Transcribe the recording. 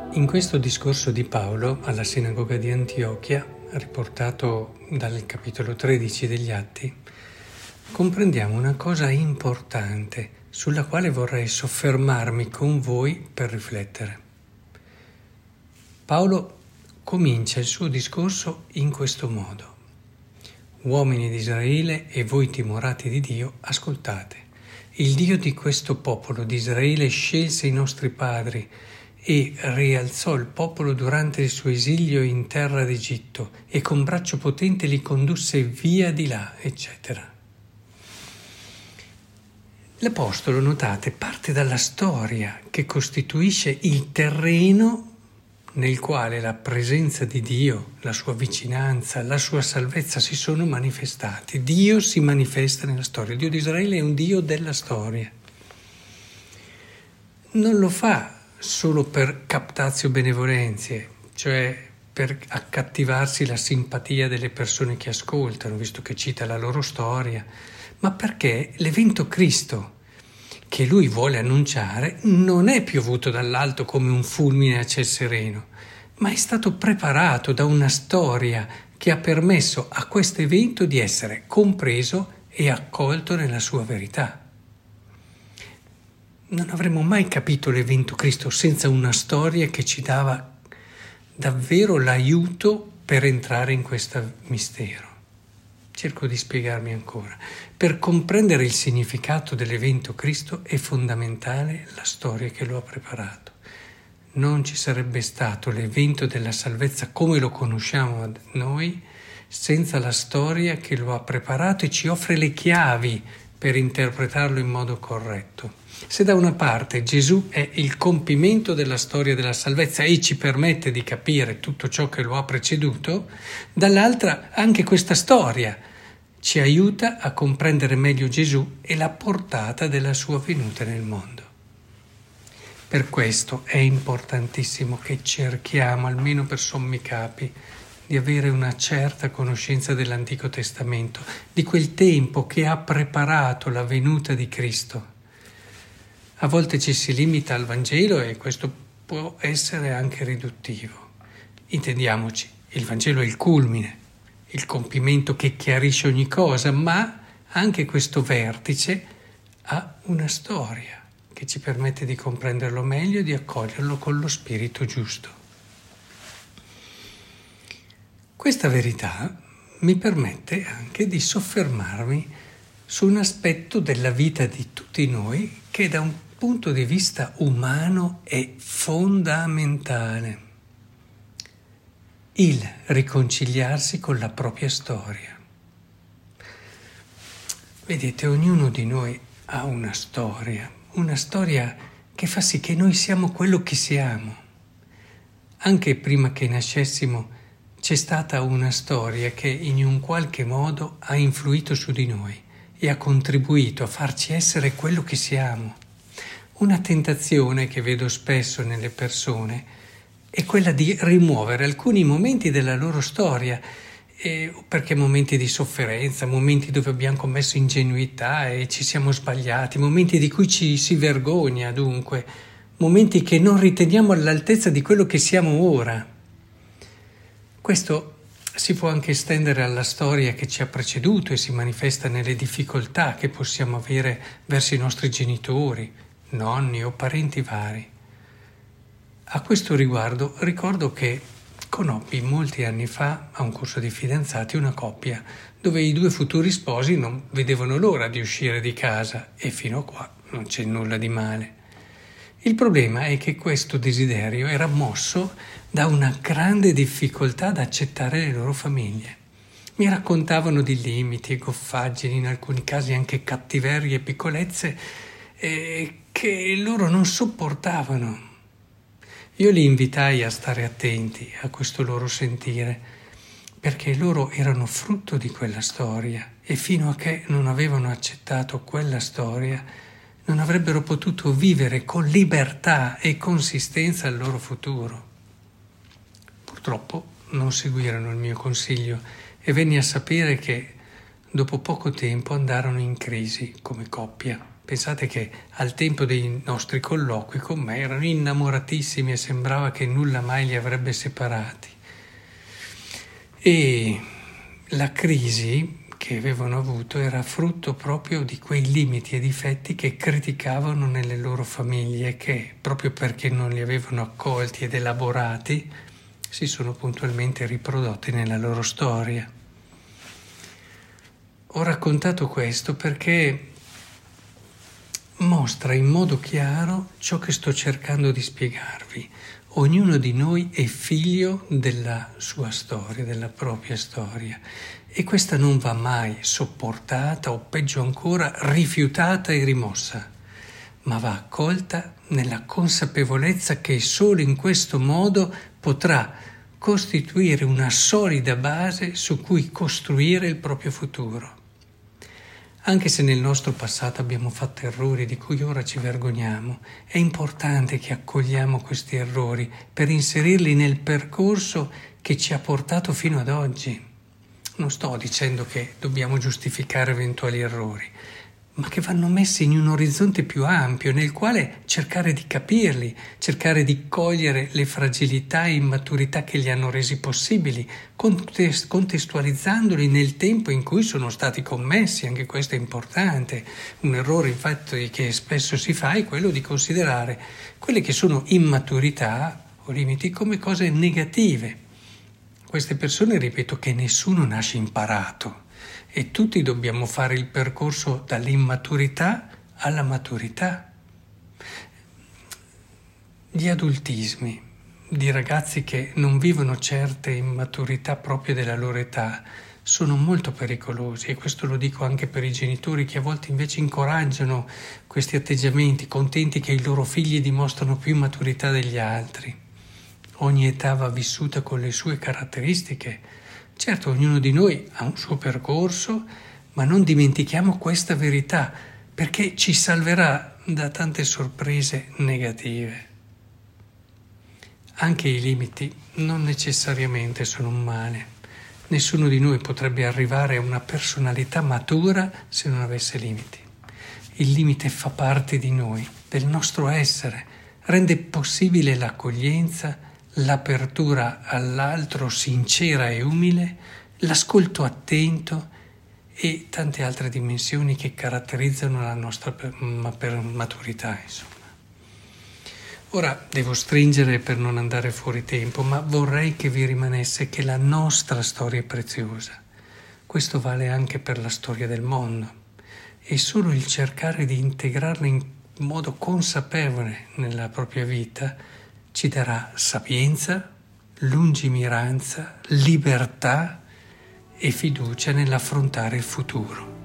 In questo discorso di Paolo alla sinagoga di Antiochia, riportato dal capitolo 13 degli Atti, comprendiamo una cosa importante sulla quale vorrei soffermarmi con voi per riflettere. Paolo comincia il suo discorso in questo modo: uomini di Israele e voi timorati di Dio, ascoltate. Il Dio di questo popolo di Israele scelse i nostri padri e rialzò il popolo durante il suo esilio in terra d'Egitto e con braccio potente li condusse via di là, eccetera. L'Apostolo, notate, parte dalla storia che costituisce il terreno nel quale la presenza di Dio, la sua vicinanza, la sua salvezza si sono manifestati. Dio si manifesta nella storia. Il Dio di Israele è un Dio della storia. Non lo fa solo per captatio benevolenzie, cioè per accattivarsi la simpatia delle persone che ascoltano, visto che cita la loro storia, ma perché l'evento Cristo che lui vuole annunciare non è piovuto dall'alto come un fulmine a ciel sereno, ma è stato preparato da una storia che ha permesso a questo evento di essere compreso e accolto nella sua verità. Non avremmo mai capito l'evento Cristo senza una storia che ci dava davvero l'aiuto per entrare in questo mistero. Cerco di spiegarmi ancora. Per comprendere il significato dell'evento Cristo è fondamentale la storia che lo ha preparato. Non ci sarebbe stato l'evento della salvezza come lo conosciamo noi senza la storia che lo ha preparato e ci offre le chiavi per interpretarlo in modo corretto. Se da una parte Gesù è il compimento della storia della salvezza e ci permette di capire tutto ciò che lo ha preceduto, dall'altra anche questa storia ci aiuta a comprendere meglio Gesù e la portata della sua venuta nel mondo. Per questo è importantissimo che cerchiamo, almeno per sommi capi, di avere una certa conoscenza dell'Antico Testamento, di quel tempo che ha preparato la venuta di Cristo. A volte ci si limita al Vangelo e questo può essere anche riduttivo. Intendiamoci, il Vangelo è il culmine, il compimento che chiarisce ogni cosa, ma anche questo vertice ha una storia che ci permette di comprenderlo meglio e di accoglierlo con lo spirito giusto. Questa verità mi permette anche di soffermarmi su un aspetto della vita di tutti noi che da un punto di vista umano è fondamentale: il riconciliarsi con la propria storia. Vedete, ognuno di noi ha una storia che fa sì che noi siamo quello che siamo. Anche prima che nascessimo c'è stata una storia che in un qualche modo ha influito su di noi e ha contribuito a farci essere quello che siamo. Una tentazione che vedo spesso nelle persone è quella di rimuovere alcuni momenti della loro storia, perché momenti di sofferenza, momenti dove abbiamo commesso ingenuità e ci siamo sbagliati, momenti di cui ci si vergogna dunque, momenti che non riteniamo all'altezza di quello che siamo ora. Questo si può anche estendere alla storia che ci ha preceduto e si manifesta nelle difficoltà che possiamo avere verso i nostri genitori, nonni o parenti vari. A questo riguardo ricordo che conobbi molti anni fa a un corso di fidanzati una coppia dove i due futuri sposi non vedevano l'ora di uscire di casa e fino a qua non c'è nulla di male. Il problema è che questo desiderio era mosso da una grande difficoltà ad accettare le loro famiglie. Mi raccontavano di limiti e goffaggini, in alcuni casi anche cattiverie e piccolezze che loro non sopportavano. Io li invitai a stare attenti a questo loro sentire, perché loro erano frutto di quella storia e fino a che non avevano accettato quella storia non avrebbero potuto vivere con libertà e consistenza il loro futuro. Purtroppo non seguirono il mio consiglio e venni a sapere che dopo poco tempo andarono in crisi come coppia Pensate che al tempo dei nostri colloqui con me erano innamoratissimi e sembrava che nulla mai li avrebbe separati. E la crisi che avevano avuto era frutto proprio di quei limiti e difetti che criticavano nelle loro famiglie, che proprio perché non li avevano accolti ed elaborati si sono puntualmente riprodotti nella loro storia. Ho raccontato questo perché mostra in modo chiaro ciò che sto cercando di spiegarvi. Ognuno di noi è figlio della sua storia, della propria storia, e questa non va mai sopportata o peggio ancora rifiutata e rimossa, ma va accolta nella consapevolezza che solo in questo modo potrà costituire una solida base su cui costruire il proprio futuro. Anche se nel nostro passato abbiamo fatto errori di cui ora ci vergogniamo, è importante che accogliamo questi errori per inserirli nel percorso che ci ha portato fino ad oggi. Non sto dicendo che dobbiamo giustificare eventuali errori, ma che vanno messi in un orizzonte più ampio nel quale cercare di capirli, cercare di cogliere le fragilità e immaturità che li hanno resi possibili, contestualizzandoli nel tempo in cui sono stati commessi. Anche questo è importante. Un errore infatti che spesso si fa è quello di considerare quelle che sono immaturità o limiti come cose negative. Queste persone, ripeto, che nessuno nasce imparato. E tutti dobbiamo fare il percorso dall'immaturità alla maturità. Gli adultismi di ragazzi che non vivono certe immaturità proprie della loro età sono molto pericolosi, e questo lo dico anche per i genitori che a volte invece incoraggiano questi atteggiamenti, contenti che i loro figli dimostrano più maturità degli altri. Ogni età va vissuta con le sue caratteristiche. Certo, ognuno di noi ha un suo percorso, ma non dimentichiamo questa verità, perché ci salverà da tante sorprese negative. Anche i limiti non necessariamente sono un male. Nessuno di noi potrebbe arrivare a una personalità matura se non avesse limiti. Il limite fa parte di noi, del nostro essere, rende possibile l'accoglienza, l'apertura all'altro sincera e umile, l'ascolto attento e tante altre dimensioni che caratterizzano la nostra maturità, insomma. Ora devo stringere per non andare fuori tempo, ma vorrei che vi rimanesse che la nostra storia è preziosa. Questo vale anche per la storia del mondo, e solo il cercare di integrarla in modo consapevole nella propria vita ci darà sapienza, lungimiranza, libertà e fiducia nell'affrontare il futuro.